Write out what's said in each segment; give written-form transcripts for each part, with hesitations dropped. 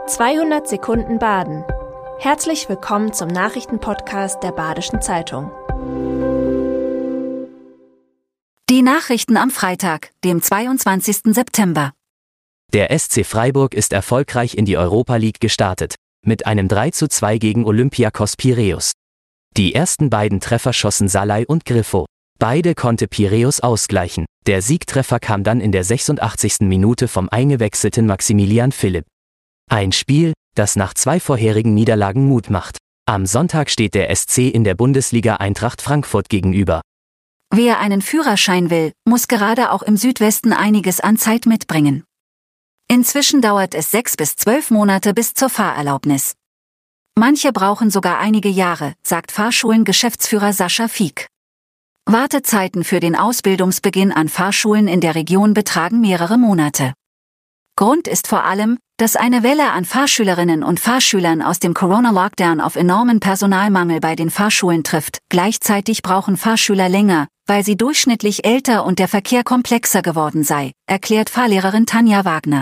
200 Sekunden Baden. Herzlich willkommen zum Nachrichtenpodcast der Badischen Zeitung. Die Nachrichten am Freitag, dem 22. September. Der SC Freiburg ist erfolgreich in die Europa League gestartet, mit einem 3:2 gegen Olympiakos Piräus. Die ersten beiden Treffer schossen Salai und Griffo. Beide konnte Piräus ausgleichen. Der Siegtreffer kam dann in der 86. Minute vom eingewechselten Maximilian Philipp. Ein Spiel, das nach 2 vorherigen Niederlagen Mut macht. Am Sonntag steht der SC in der Bundesliga Eintracht Frankfurt gegenüber. Wer einen Führerschein will, muss gerade auch im Südwesten einiges an Zeit mitbringen. Inzwischen dauert es 6 bis 12 Monate bis zur Fahrerlaubnis. Manche brauchen sogar einige Jahre, sagt Fahrschulen-Geschäftsführer Sascha Fieck. Wartezeiten für den Ausbildungsbeginn an Fahrschulen in der Region betragen mehrere Monate. Grund ist vor allem, dass eine Welle an Fahrschülerinnen und Fahrschülern aus dem Corona-Lockdown auf enormen Personalmangel bei den Fahrschulen trifft. Gleichzeitig brauchen Fahrschüler länger, weil sie durchschnittlich älter und der Verkehr komplexer geworden sei, erklärt Fahrlehrerin Tanja Wagner.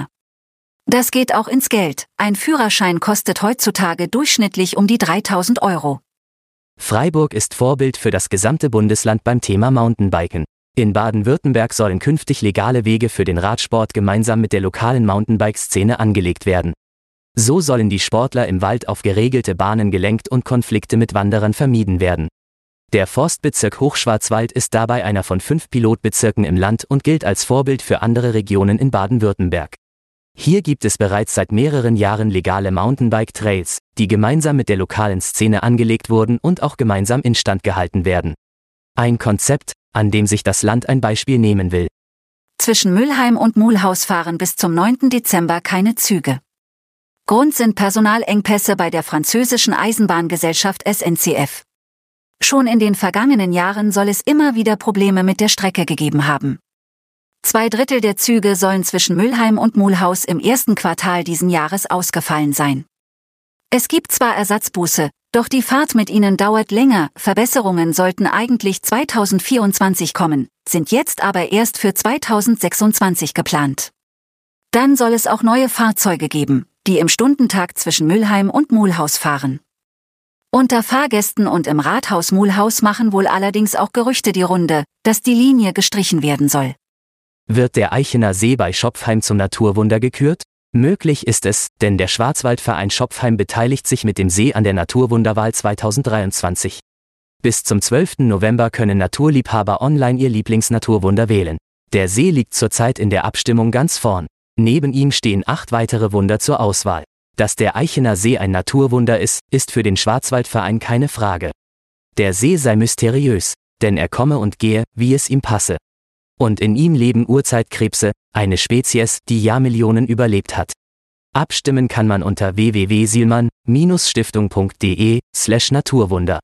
Das geht auch ins Geld. Ein Führerschein kostet heutzutage durchschnittlich um die 3.000 €. Freiburg ist Vorbild für das gesamte Bundesland beim Thema Mountainbiken. In Baden-Württemberg sollen künftig legale Wege für den Radsport gemeinsam mit der lokalen Mountainbike-Szene angelegt werden. So sollen die Sportler im Wald auf geregelte Bahnen gelenkt und Konflikte mit Wanderern vermieden werden. Der Forstbezirk Hochschwarzwald ist dabei einer von 5 Pilotbezirken im Land und gilt als Vorbild für andere Regionen in Baden-Württemberg. Hier gibt es bereits seit mehreren Jahren legale Mountainbike-Trails, die gemeinsam mit der lokalen Szene angelegt wurden und auch gemeinsam instand gehalten werden. Ein Konzept, an dem sich das Land ein Beispiel nehmen will. Zwischen Mülheim und Mulhouse fahren bis zum 9. Dezember keine Züge. Grund sind Personalengpässe bei der französischen Eisenbahngesellschaft SNCF. Schon in den vergangenen Jahren soll es immer wieder Probleme mit der Strecke gegeben haben. 2/3 der Züge sollen zwischen Mülheim und Mulhouse im ersten Quartal diesen Jahres ausgefallen sein. Es gibt zwar Ersatzbusse, doch die Fahrt mit ihnen dauert länger. Verbesserungen sollten eigentlich 2024 kommen, sind jetzt aber erst für 2026 geplant. Dann soll es auch neue Fahrzeuge geben, die im Stundentakt zwischen Mülheim und Mulhouse fahren. Unter Fahrgästen und im Rathaus Mulhouse machen wohl allerdings auch Gerüchte die Runde, dass die Linie gestrichen werden soll. Wird der Eichener See bei Schopfheim zum Naturwunder gekürt? Möglich ist es, denn der Schwarzwaldverein Schopfheim beteiligt sich mit dem See an der Naturwunderwahl 2023. Bis zum 12. November können Naturliebhaber online ihr Lieblingsnaturwunder wählen. Der See liegt zurzeit in der Abstimmung ganz vorn. Neben ihm stehen 8 weitere Wunder zur Auswahl. Dass der Eichener See ein Naturwunder ist für den Schwarzwaldverein keine Frage. Der See sei mysteriös, denn er komme und gehe, wie es ihm passe. Und in ihm leben Urzeitkrebse, eine Spezies, die Jahrmillionen überlebt hat. Abstimmen kann man unter www.sielmann-stiftung.de/Naturwunder.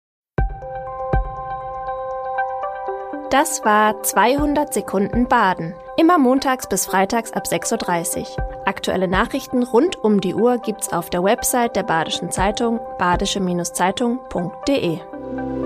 Das war 200 Sekunden Baden. Immer montags bis freitags ab 6:30 Uhr. Aktuelle Nachrichten rund um die Uhr gibt's auf der Website der Badischen Zeitung, badische-zeitung.de.